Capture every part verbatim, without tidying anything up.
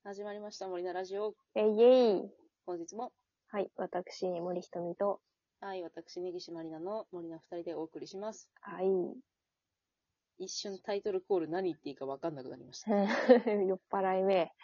始まりました森菜ラジオ。 えいえい。 本日もはい、私、森ひとみと、 はい私根岸まりなの森菜二人でお送りします。 はい。 一瞬タイトルコール何言っていいか分かんなくなりました。 酔っ払いめ。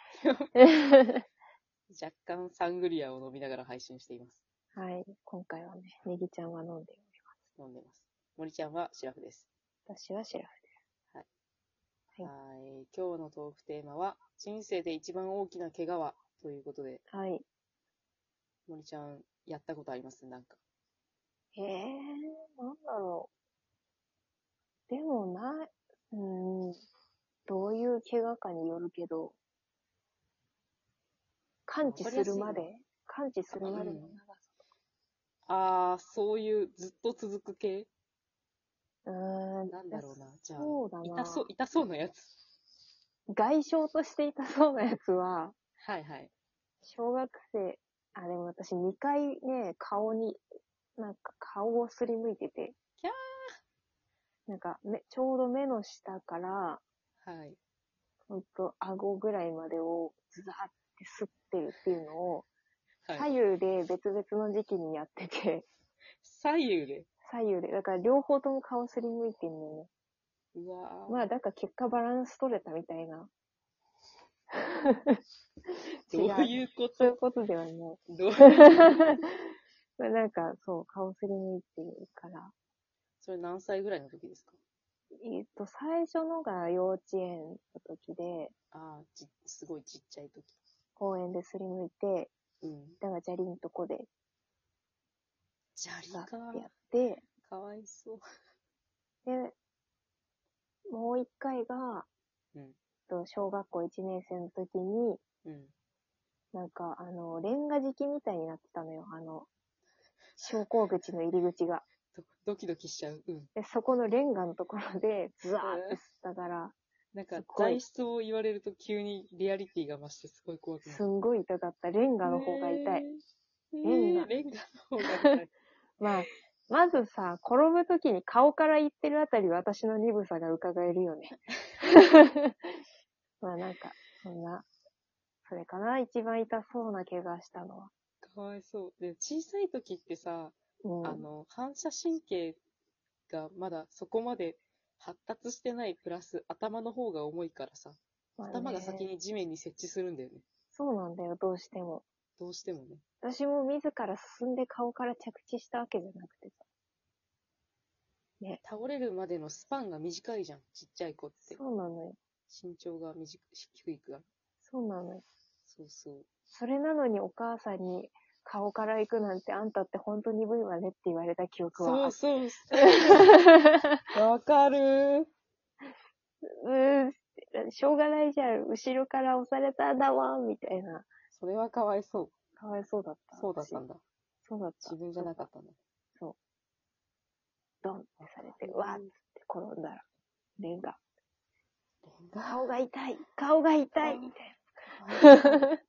若干サングリアを飲みながら配信しています。 はい、今回はね、ネギちゃんは飲んでおります。 飲んでます。森ちゃんはシラフです。 私はシラフです。 はい。 はいはい。今日のトークテーマは人生で一番大きな怪我はということで、 はい。 森ちゃんやったことありますなんか。 えー、なんだろう。でもな、うーん、どういう怪我かによるけど、完治するまで、完治するまでの長さとか。 あー、そういうずっと続く系うーん、 なんだろうな。じゃあ、 そうだ痛そう、 な。 痛そうなやつ。 外傷として痛そうなやつは、 はいはい。 小学生、あ、でも私にかいね、顔に、なんか顔をすりむいてて、 キャなんか目、ちょうど目の下から、 ーはい。 ほんと顎ぐらいまでをズザーって吸ってるっていうのを、 はい。 左右で別々の時期にやってて、 左右で。 左右で、だから両方とも顔すりむいてんのよね。 うわまあ、だから結果バランス取れたみたいな。 ー違う。 どういうこそういうとことではない。 どういうなんか、そう、顔すりむいてるから。 それ何歳ぐらいの時ですかえっと、最初のが幼稚園の時で、 ああ、ち、すごいちっちゃい時。 公園ですりむいて、 うん。 だから砂利んとこで、 砂利ガか。 ッてやって、 かわいそう。 で、もう一回が、 うん。 と小学校いちねん生の時に、 うん。 なんか、あの、レンガ敷きみたいになってたのよ。あの、昇降口の入り口が。 ドドキドキしちゃう。うん。 で、そこのレンガのところで、ズワーってうん吸ったから、 なんかすっごい、 材質を言われると急にリアリティが増してすごい怖くなる。 すんごい痛かった。レンガの方が痛い。 えー、 レンガ。 えー、レンガの方が痛い。 まあ、まずさ、転ぶときに顔から行ってるあたり私の鈍さが伺えるよね。まあなんか、そんな、それかな、一番痛そうな怪我したのは。 かわいそう。で、小さい時ってさ、 うん。 あの、反射神経がまだそこまで発達してないプラス頭の方が重いからさ、 まあ頭が先ね、 に地面に設置するんだよね。 そうなんだよ、どうしても。 どうしてもね。 私も自ら進んで顔から着地したわけじゃなくてさ。ね。 倒れるまでのスパンが短いじゃん、ちっちゃい子って。 そうなのよ。 身長が短い、低いから。 そうなのよ。 そうそう。 それなのにお母さんに顔から行くなんてあんたって本当に鈍いわねって言われた記憶はあそうる。 そう。わかるー。 うーん、しょうがないじゃん。後ろから押されたんだわん、みたいな。 それはかわいそう。 かわいそうだった。 そうだったんだ。 そうだった。 自分じゃなかったんだ。 そう。ドンってされて、わーっつって転んだら、レンガ。 レンガ顔が痛い顔が痛いみたいな。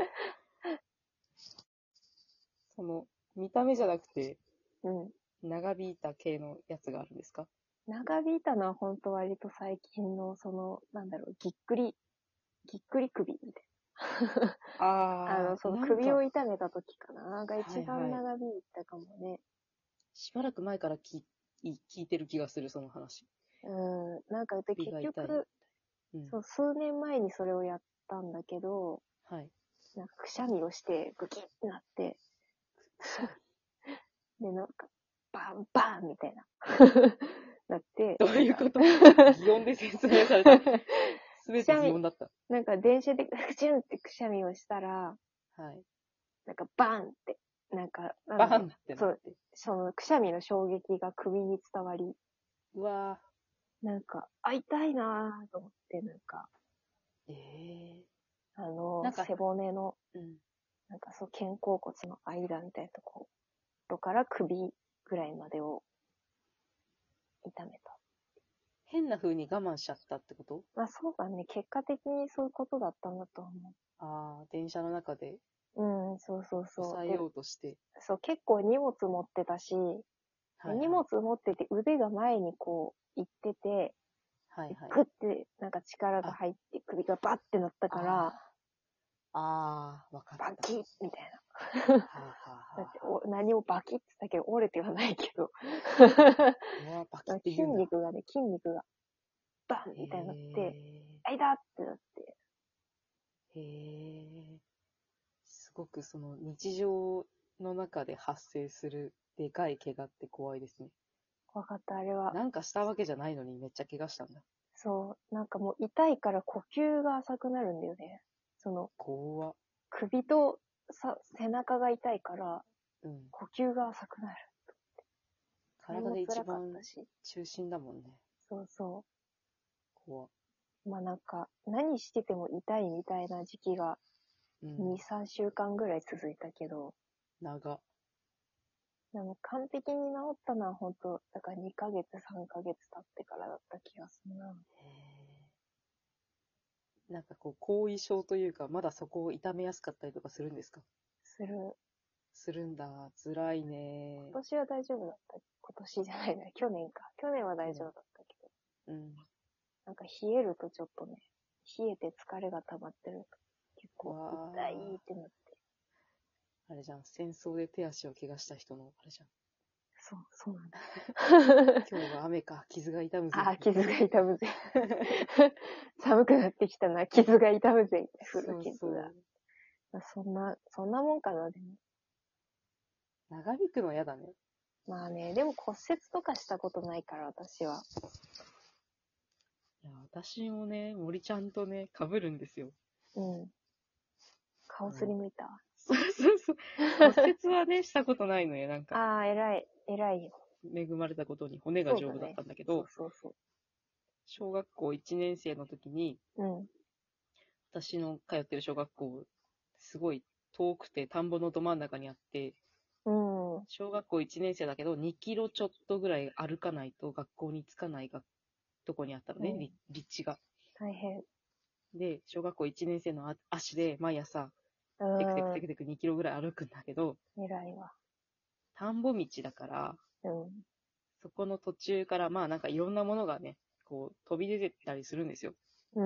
その、見た目じゃなくて、 うん。 長引いた系のやつがあるんですか長引いたのは本当割と最近の、その、なんだろう、ぎっくり、ぎっくり首みたいな。あの、 あー、 そのなんか、 首を痛めた時かな。が一番はいはい。 長引いたかもね。 しばらく前から聞い聞いてる気がする、その話。 うん。なんかで結首が痛い。 局、 うん。 そう、数年前にそれをやったんだけど、 はい。 なんかくしゃみをしてグキッってなって、で、なんか、バンバンみたいな。なって。 どういうこと擬音で説明された。すべて擬音だった。 なんか電車でクチュンってくしゃみをしたら、 はい。 なんかバンって、なんか、なんバだろう。 ンってなそう、 って。 そのくしゃみの衝撃が首に伝わり、 うわなんか、あ、痛いなぁと思って、なんか、 ー。えあー。なんか、 の背骨の、 うん。 なんかそう肩甲骨の間みたいなところから首ぐらいまでを痛めた。 変な風に我慢しちゃったってことまあそうだね。結果的にそういうことだったんだと思ああ、電車の中でう。うん、そうそうそう。で、 抑えようとして。 そう、結構荷物持ってたし、 はいはい。 荷物持ってて腕が前にこう行ってて、 はいはい。 グッてなんか力が入って首がバッてなったから、 あー、わかった。 バキッみたいな。 はあ、はあはだってお何もバキッって言ったけど、折れてはないけど。 あ、うわ、バキって筋言うんだ。 肉がね、筋肉がバンへみたいになって、 え。 あいだってなって。 へえ。すごくその日常の中で発生するでかい怪我って怖いですね。 怖かった、あれは。 なんかしたわけじゃないのにめっちゃ怪我したんだ。 そう、なんかもう痛いから呼吸が浅くなるんだよね。その、 怖っ。 首とさ背中が痛いから、 うん。 呼吸が浅くなる。それ体で一も辛かっ番たし。 中心だもんね。 そうそ怖っ。 う。まあなんか、何してても痛いみたいな時期がうん。 に、さんしゅうかんぐらい続いたけど、 長っ。 でも完璧に治ったのは本当だからにかげつ、さんかげつ経ってからだった気がするな。 へえ。なんかこう、後遺症というか、まだそこを痛めやすかったりとかするんですか？ する。 するんだ。辛いね。 今年は大丈夫だった。今年じゃないな。去年か。去年は大丈夫だったけど。 うん。 なんか冷えるとちょっとね、冷えて疲れが溜まってると結構わ痛いってなって。 あれじゃん。戦争で手足を怪我した人の、あれじゃん。 そう、そうなんだ。 今日は雨か、傷が痛むぜ。 ああ、傷が痛むぜ。寒くなってきたな、傷が痛むぜ。古傷が。 そうそう。 そんな、そんなもんかな、でも。 長引くの嫌だね。 まあね、でも骨折とかしたことないから、私は。 いや、私もね、森ちゃんとね、被るんですよ。 うん。顔すりむいた。 そうそうそう。骨折はね、したことないのよ。なんか、 ああ、偉い、偉いよ。 恵まれたことに骨が丈夫だったんだけど、 そうそう小学校いちねん生の時に、 そう。うん。 私の通ってる小学校、すごい遠くて田んぼのど真ん中にあって、 うん。 小学校いちねん生だけど、にキロちょっとぐらい歩かないと学校に着かないがとこにあったのね、 うんり立地が。 大変。 で、小学校いちねん生のあ足で毎朝、 うテクテクテん。 クテクにキロぐらい歩くんだけど、 偉いわ。 田んぼ道だから、 うん。 そこの途中から、まあなんかいろんなものがね、こう飛び出てたりするんですよ。 うん。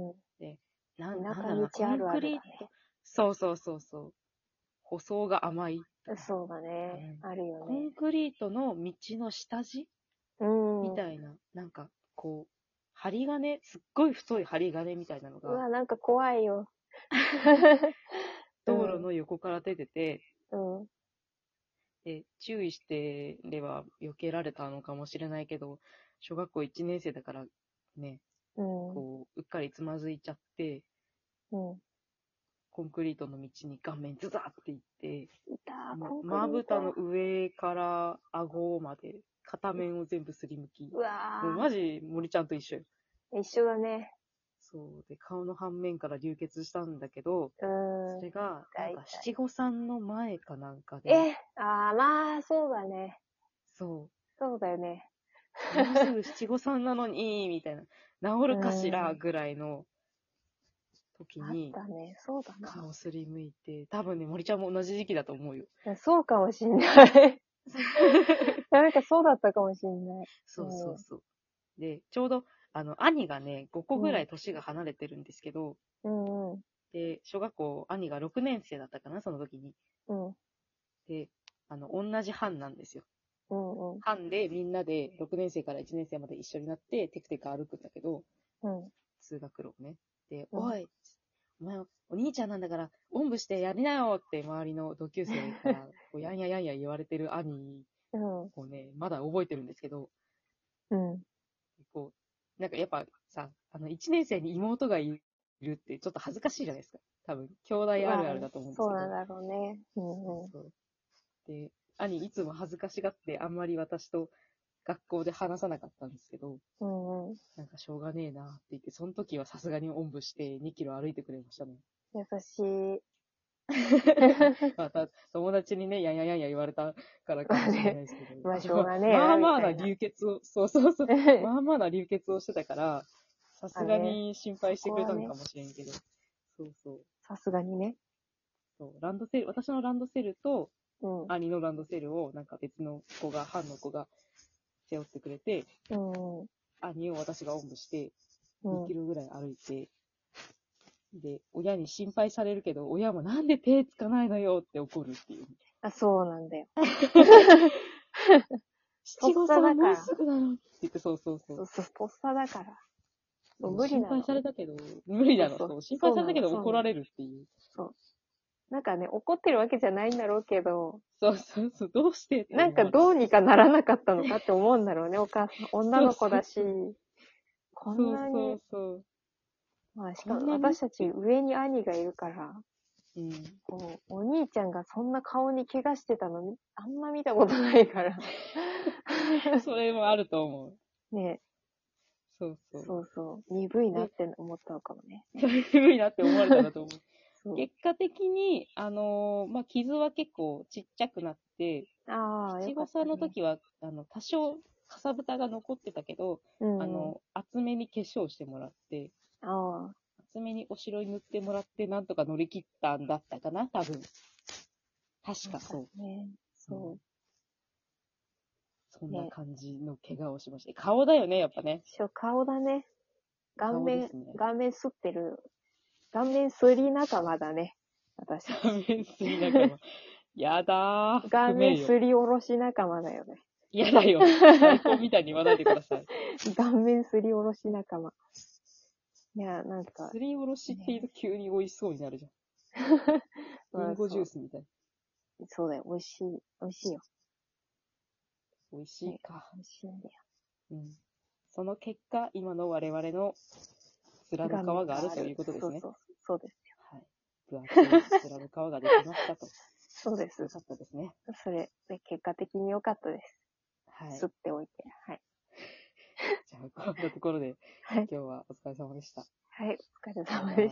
で、な田舎なんだろうな、コン道あるあクリート、 るだね。 そうそうそうそう、舗装が甘いとか、 そうだうね。 んあるよコンね。 クリートの道の下地うん。うみたいな、なんかこう、針金、すっごい太い針金みたいなのが、 わ、なんか怖いよ。う道路ん。 の横から出てて、 うん。 で、注意してれば避けられたのかもしれないけど、小学校いちねん生だからね、 うん。 こう、うっかりつまずいちゃって、 うん。 コンクリートの道に顔面ズザーっていって、 いた、 もう、 コンクリまぶたのート。 上から顎まで片面を全部すりむき、 うわもうマジ森ちゃんと一緒よ。 ー。一緒だね。 そう。で、顔の半面から流血したんだけど、 うん。 それが、なんか痛い痛い。 七五三の前かなんかで、 え、あー、まあ、そうだね。 そそうだよね。 う。もうすぐ七五三なのに、みたいな、治るかしらうん。 ぐらいの時あっに、 たね。そうだな。 顔すりむいて、多分ね、森ちゃんも同じ時期だと思うよ。 そうかもしんない。なんかそうだったかもしんない。 そうそうそう。で、ちょうど、あの、兄がね、ごこぐらい年が離れてるんですけど、 うん。うん。 で、小学校、兄がろくねん生だったかな、その時に。 うん。 で、あの、同じ班なんですよ。 うんうん。 班でみんなでろくねん生からいちねん生まで一緒になって、テクテク歩くんだけど、 うん。 通学路をね。で、 うんおい、お前、お兄ちゃんなんだから、おんぶしてやりなよって周りの同級生から、こうやんややんや言われてる兄うん。 をね、まだ覚えてるんですけど、 うん。 こう、なんかやっぱさ、あの、いちねん生に妹がいるってちょっと恥ずかしいじゃないですか。多分、兄弟あまあ、 るあるだと思うんですけど。 そうなんだろうね。うんうん。 そうそう。で、兄いつも恥ずかしがってあんまり私と学校で話さなかったんですけど、 うんうん。 なんかしょうがねえなって言って、その時はさすがにおんぶしてにキロ歩いてくれましたね。 優しい。 また、友達にね、やんややんや言われたからかもしれないですけど、 まあ、しょうがねえな、 まあまあなみたいな。 流血を、そうそうそう、まあまあな流血をしてたから、さすがに心配してくれたのかもしれんけど、そうそう。 さすがにね。 そう、ランドセル、私のランドセルと、 うん。 兄のランドセルを、なんか別の子が、班の子が背負ってくれて、 うんうん。 兄を私がおんぶして、 うんにキロぐらい歩いて、 で、親に心配されるけど、親もなんで手つかないのよって怒るっていう。 あ、そうなんだよ。 七五三もうとっさだからすぐなのって言って、そうそうそそうう。そう、とっさだから。もうもう無理なの心配。されたけど、無理なの。 そうそうそう。心配されたけどそうなの怒られるっていう。 そう。なんかね、怒ってるわけじゃないんだろうけど、 そうそうそう。どうしてってなんか思われる。 どうにかならなかったのかって思うんだろうね、お母さん。女の子だし、こんなにそうそう、そう。 まあしかもこんなに私たち上に兄がいるから、 うん。 こう、お兄ちゃんがそんな顔に怪我してたのみあんま見たことないから。 それもあると思う。 ねそうそう。 そうそう。鈍いなって思ったのかもね。 それ鈍いなって思われたんだと思う。 そう。 結果的に、あのーまあ、傷は結構ちっちゃくなって、 ああ、よかった、 七五三ね。 の時は、あの、多少、かさぶたが残ってたけど、 うん、 あの、厚めに化粧してもらって、 ああ、 厚めにお城に塗ってもらって、なんとか乗り切ったんだったかな、多分。確かそう。 ね。そう。 そんな感じの怪我をしました。顔だよね、やっぱね。 しょ顔だね。顔面、 顔ですね。 顔面吸ってる。顔面すり仲間だね。私。 顔面すり仲間。やだー。 顔不名誉。 面すりおろし仲間だよね。 やだよ。大根みたいに言わないでください。 顔面すりおろし仲間。いや、なんか。 すりおろしって言うと急に美味しそうになるじゃん。リンゴジュースみたい。 そうだよ。美味しい。美味しいよ。 美味しいか。 美味しいんだよ。 うん。その結果、今の我々の面の皮があるということですね。 そうそうそう。そうですよ。 はい。分厚い面の皮ができましたと。 そうです。 よかったですね。 それ、で結果的に良かったです。 はい。 吸っておいて。はい。 じゃあ、こんなところで、 はい。 今日はお疲れ様でした。 はい。お疲れ様でした。